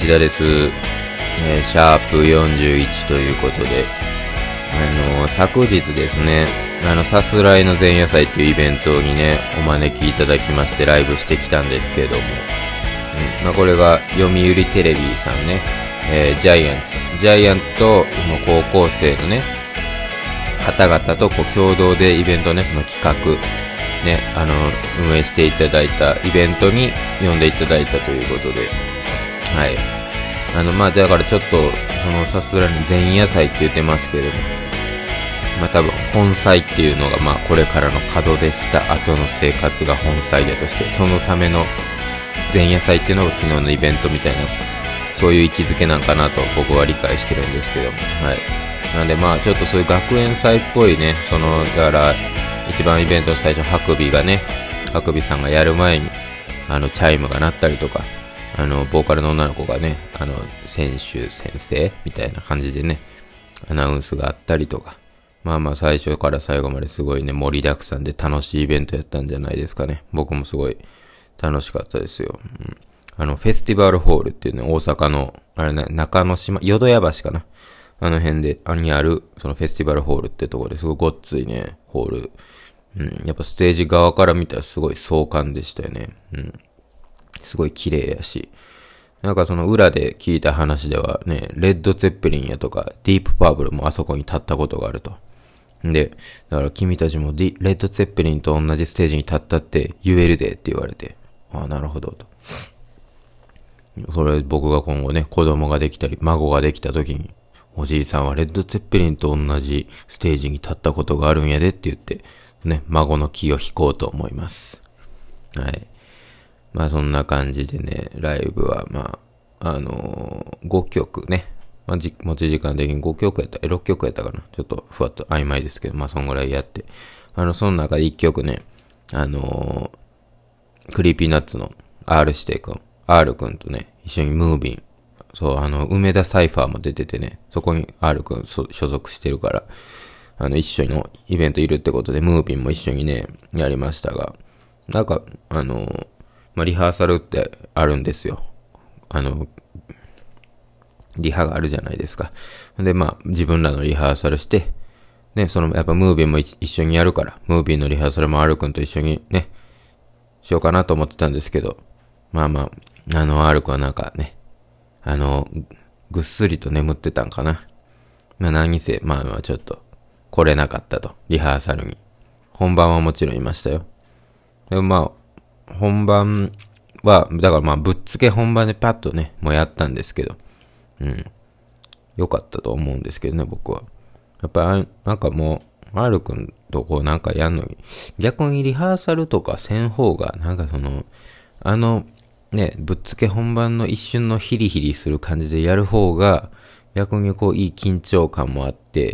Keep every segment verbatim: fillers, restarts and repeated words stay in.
田です。えー、シャープよんじゅういちということで、あのー、昨日ですね、あの、さすらいの前夜祭っていうイベントにね、お招きいただきましてライブしてきたんですけども、うん、まあ、これが読売テレビさんね、えー、ジャイアンツ、ジャイアンツと高校生のね、方々とこう共同でイベントね、その企画、ね、あの、運営していただいたイベントに呼んでいただいたということで、はい。あの、まあ、だからちょっと、そのさすがに前夜祭って言ってますけれども、まあ多分本祭っていうのがまあこれからの門出した後の生活が本祭だとして、そのための前夜祭っていうのが昨日のイベントみたいな、そういう位置づけなんかなと僕は理解してるんですけども、はい。なんでまあちょっとそういう学園祭っぽいね、その、だから一番イベントの最初、ハクビがね、ハクビさんがやる前に、あのチャイムが鳴ったりとか、あの、ボーカルの女の子がね、あの、選手先生みたいな感じでね、アナウンスがあったりとか、まあまあ最初から最後まですごいね、盛りだくさんで楽しいイベントやったんじゃないですかね。僕もすごい楽しかったですよ。うん、あの、フェスティバルホールっていうね、大阪の、あれね、中之島、淀屋橋かな。あの辺で、あにある、そのフェスティバルホールってところですごいごっついね、ホール。うん、やっぱステージ側から見たらすごい壮観でしたよね。うん。すごい綺麗やし。なんかその裏で聞いた話ではね、レッド・ツェッペリンやとか、ディープ・パープルもあそこに立ったことがあると。で、だから君たちもディレッド・ツェッペリンと同じステージに立ったって言えるでって言われて、ああ、なるほどと。それ僕が今後ね、子供ができたり、孫ができた時に、おじいさんはレッド・ツェッペリンと同じステージに立ったことがあるんやでって言って、ね、孫の気を引こうと思います。はい。まあそんな感じでね、ライブはまあ、あのー、ごきょくね、まあ、じ持ち時間的にごきょくやった、え、ろっきょくやったかな。ちょっとふわっと曖昧ですけど、まあそんぐらいやって、あの、その中でいっきょくね、あのー、クリーピーナッツの R 指定くん、R くんとね、一緒にムービン、そう、あの、梅田サイファーも出ててね、そこに R くん所属してるから、あの、一緒のイベントいるってことで、ムービンも一緒にね、やりましたが、なんか、あのー、まあ、リハーサルってあるんですよ。あの、リハがあるじゃないですか。で、まあ、自分らのリハーサルして、ね、その、やっぱムービーも一緒にやるから、ムービーのリハーサルも R くんと一緒にね、しようかなと思ってたんですけど、まあまあ、あの、R くんはなんかね、あの、ぐっすりと眠ってたんかな。まあ何せ、まあまあちょっと、来れなかったと、リハーサルに。本番はもちろんいましたよ。でもまあ、本番は、だからまあ、ぶっつけ本番でパッとね、もうやったんですけど、うん。良かったと思うんですけどね、僕は。やっぱり、なんかもう、R くんとこうなんかやんのに、逆にリハーサルとかせん方が、なんかその、あの、ね、ぶっつけ本番の一瞬のヒリヒリする感じでやる方が、逆にこう、いい緊張感もあって、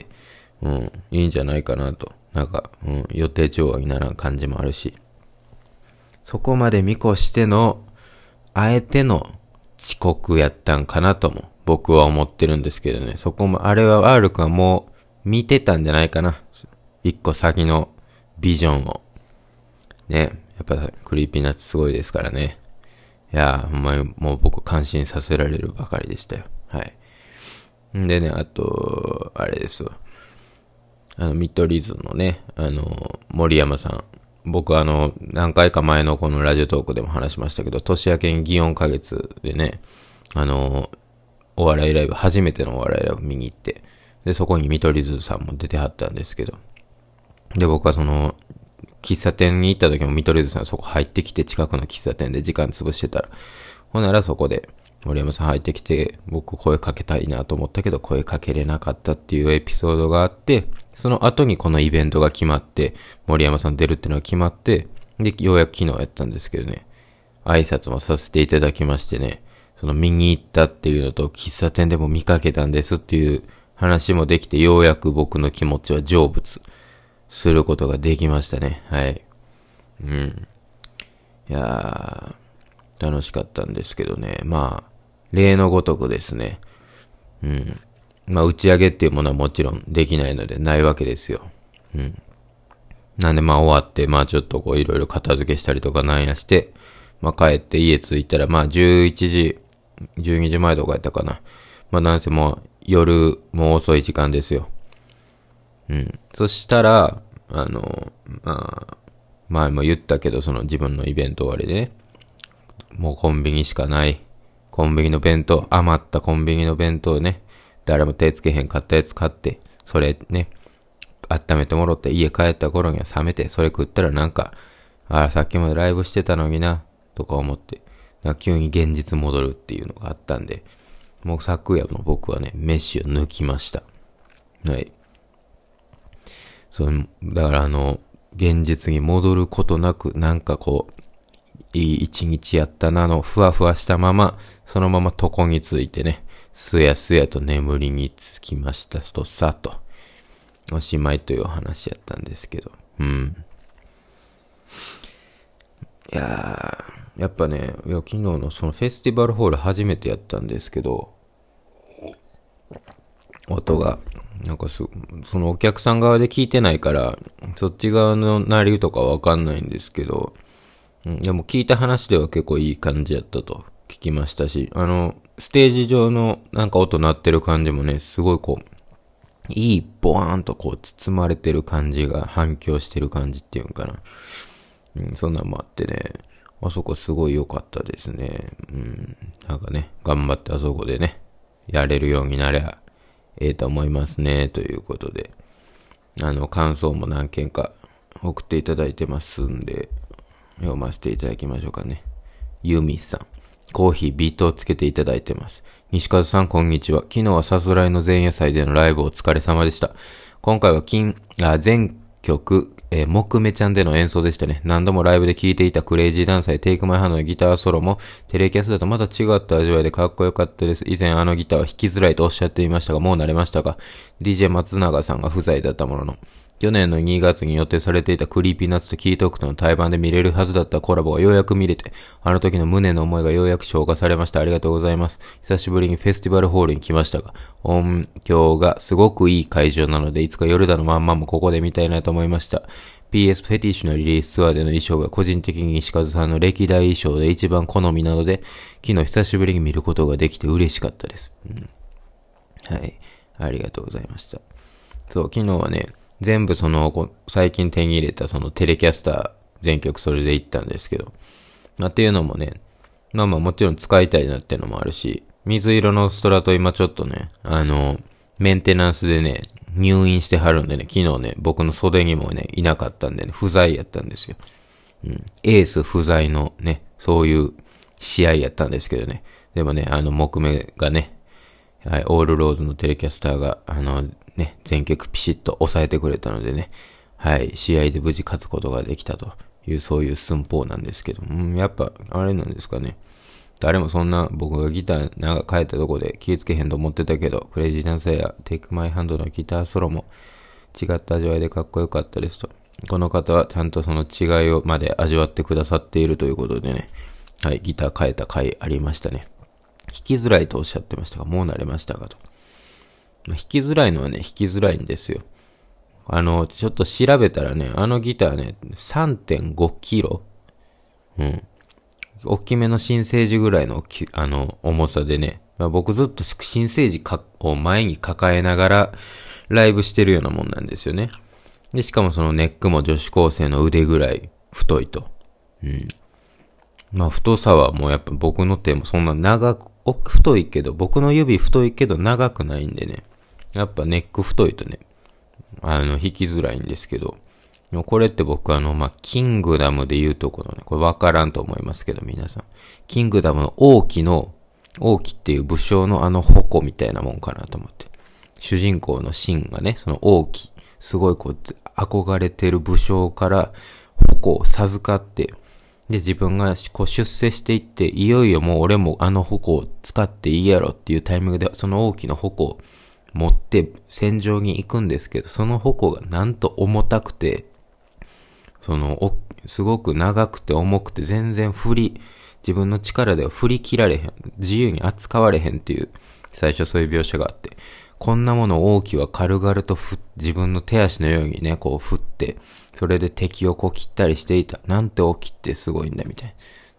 うん、いいんじゃないかなと。なんか、うん、予定調和にならん感じもあるし。そこまで見越しての、あえての遅刻やったんかなとも、僕は思ってるんですけどね。そこも、あれは R くんはもう見てたんじゃないかな。一個先のビジョンを。ね。やっぱクリーピーナッツすごいですからね。いやー、ほんまにもう僕感心させられるばかりでしたよ。はい。んでね、あと、あれですわ。あの、見取り図のね、あの、森山さん。僕あの、何回か前のこのラジオトークでも話しましたけど、年明けに祇園花月でね、あの、お笑いライブ、初めてのお笑いライブ見に行って、で、そこに見取り図さんも出てはったんですけど、で、僕はその、喫茶店に行った時も見取り図さんそこ入ってきて、近くの喫茶店で時間潰してたら、ほんならそこで、森山さん入ってきて、僕声かけたいなと思ったけど、声かけれなかったっていうエピソードがあって、その後にこのイベントが決まって、森山さん出るっていうのが決まって、で、ようやく昨日やったんですけどね、挨拶もさせていただきましてね、その見に行ったっていうのと、喫茶店でも見かけたんですっていう話もできて、ようやく僕の気持ちは成仏することができましたね。はい。うん。いやー、楽しかったんですけどね、まあ、例のごとくですね。うん。まあ、打ち上げっていうものはもちろんできないのでないわけですよ。うん。なんでまあ終わって、まあちょっとこういろいろ片付けしたりとかなんやして、まあ帰って家着いたらまあじゅういちじじゅうにじまえとかやったかな。まあなんせもう夜もう遅い時間ですよ。うん。そしたら、あの、まあ、前も言ったけど、その自分のイベント終わりでね、もうコンビニしかない。コンビニの弁当、余ったコンビニの弁当ね、誰も手つけへん買ったやつ買って、それね、温めてもろって家帰った頃には冷めて、それ食ったらなんか、ああ、さっきまでライブしてたのにな、とか思って、なんか急に現実戻るっていうのがあったんで、もう昨夜の僕はね、飯を抜きました。はい。そう、だからあの、現実に戻ることなく、なんかこう、いい一日やったなの、ふわふわしたまま、そのまま床についてね、すやすやと眠りにつきましたとさと、おしまいというお話やったんですけど、うん。いやー、やっぱね、いや昨日のそのフェスティバルホール初めてやったんですけど、音が、なんかす、そのお客さん側で聞いてないから、そっち側のなりとかわかんないんですけど、うん、でも聞いた話では結構いい感じやったと聞きましたし、あの、ステージ上のなんか音鳴ってる感じもね、すごいこう、いいボワーンとこう包まれてる感じが反響してる感じっていうんかな。うん、そんなんもあってね、あそこすごい良かったですね。うん、なんかね、頑張ってあそこでね、やれるようになりゃええと思いますね、ということで。あの、感想も何件か送っていただいてますんで、読ませていただきましょうかね。ユミさん。コーヒービートをつけていただいてます。西和さんこんにちは。昨日はさすらいの前夜祭でのライブお疲れ様でした。今回は金、あ、全曲、えー、木目ちゃんでの演奏でしたね。何度もライブで聴いていたクレイジーダンサーテイクマイハンドのギターソロもテレキャスだとまた違った味わいでかっこよかったです。以前あのギターは弾きづらいとおっしゃっていましたが、もう慣れましたが、ディージェー 松永さんが不在だったものの、去年のにがつに予定されていたクリーピーナッツとキートークとの対バンで見れるはずだったコラボがようやく見れて、あの時の無念の思いがようやく消化されました。ありがとうございます。久しぶりにフェスティバルホールに来ましたが、音響がすごくいい会場なので、いつかヨルダのまんまもここで見たいなと思いました。ピーエス フェティッシュのリリースツアーでの衣装が個人的に石和さんの歴代衣装で一番好みなので、昨日久しぶりに見ることができて嬉しかったです。うん、はい。ありがとうございました。そう、昨日はね、全部その、最近手に入れたそのテレキャスター全曲それで行ったんですけど。まあ、っていうのもね、まあまあもちろん使いたいなっていうのもあるし、水色のストラト今ちょっとね、あの、メンテナンスでね、入院してはるんでね、昨日ね、僕の袖にもね、いなかったんでね、不在やったんですよ。うん。エース不在のね、そういう試合やったんですけどね。でもね、あの、木目がね、はい、オールローズのテレキャスターが、あの、ね、全曲ピシッと抑えてくれたのでね、はい、試合で無事勝つことができたという、そういう寸法なんですけど、うん、やっぱ、あれなんですかね。誰もそんな僕がギターなんか変えたとこで気ぃつけへんと思ってたけど、クレイジーダンサーやテイクマイハンドのギターソロも違った味わいでかっこよかったですと。この方はちゃんとその違いをまで味わってくださっているということでね、はい、ギター変えた回ありましたね。弾きづらいとおっしゃってましたが、もう慣れましたかと。弾きづらいのはね、弾きづらいんですよ。あの、ちょっと調べたらね、あのギターね、さんてんごキロうん。大きめの新生児ぐらいのき、あの、重さでね、まあ、僕ずっと新生児かを前に抱えながらライブしてるようなもんなんですよね。で、しかもそのネックも女子高生の腕ぐらい太いと。うん。まあ、太さはもうやっぱ僕の手もそんな長く、太いけど、僕の指太いけど長くないんでね。やっぱネック太いとね、あの、弾きづらいんですけど、これって僕あの、まあ、キングダムで言うとこのね、これわからんと思いますけど、皆さん。キングダムの王騎の、王騎っていう武将のあの矛みたいなもんかなと思って。主人公のシンがね、その王騎、すごいこう、憧れてる武将から矛を授かって、で、自分がこう出世していって、いよいよもう俺もあの矛を使っていいやろっていうタイミングで、その王騎の矛を持って戦場に行くんですけど、その矛がなんと重たくて、その、お、すごく長くて重くて全然振り、自分の力では振り切られへん、自由に扱われへんっていう、最初そういう描写があって、こんなものを王騎は軽々とふ自分の手足のようにね、こう振って、それで敵をこう切ったりしていた。なんて王騎ってすごいんだみたいな。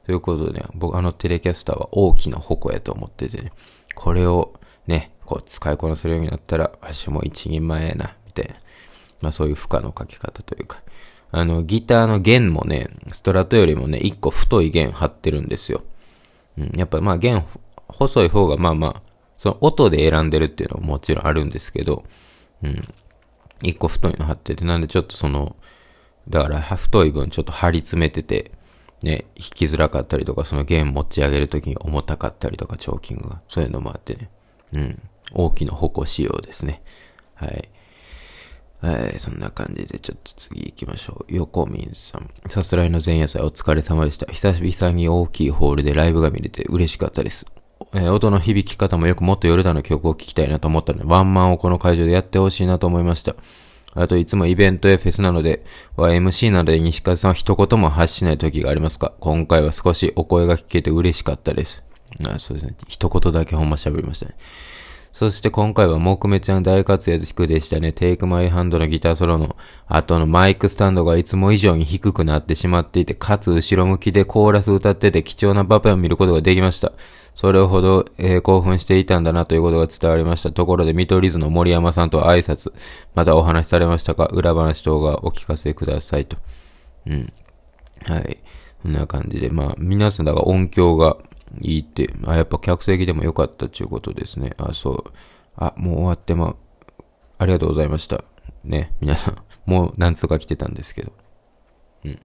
ということでね、僕あのテレキャスターは大きな矛やと思っててね、これをね、こう使いこなせるようになったら、わしも一人前やな、みたいな。まあそういう負荷のかけ方というか。あの、ギターの弦もね、ストラトよりもね、一個太い弦張ってるんですよ。うん、やっぱまあ弦、細い方がまあまあ、その音で選んでるっていうのももちろんあるんですけど、うん。一個太いの張ってて、なんでちょっとその、だから太い分ちょっと張り詰めてて、ね、弾きづらかったりとか、その弦持ち上げるときに重たかったりとか、チョーキングが。そういうのもあってね。うん。大きな矛仕様ですね。はい。はい、そんな感じでちょっと次行きましょう。横民さん。さすらいの前夜祭お疲れ様でした。久々に大きいホールでライブが見れて嬉しかったです。えー、音の響き方もよくもっとヨルダの曲を聴きたいなと思ったので、ワンマンをこの会場でやってほしいなと思いました。あといつもイベントやフェスなので、エムシー なので西川さんは一言も発しない時がありますか？今回は少しお声が聞けて嬉しかったです。あ、そうですね。一言だけほんま喋りましたね。そして今回は木目ちゃん大活躍でしたね。テイクマイハンドのギターソロの後のマイクスタンドがいつも以上に低くなってしまっていて、かつ後ろ向きでコーラス歌ってて貴重なパパを見ることができました。それほど、えー、興奮していたんだなということが伝わりました。ところで見取り図の森山さんと挨拶、またお話しされましたか？裏話等がお聞かせくださいと。うん。はい。こんな感じで、まあ皆さんだから音響がいいって、あ、やっぱ客席でも良かったっていうことですね。あ、そう。あ、もう終わってま、ありがとうございました。ね、皆さん。もう何通か来てたんですけど。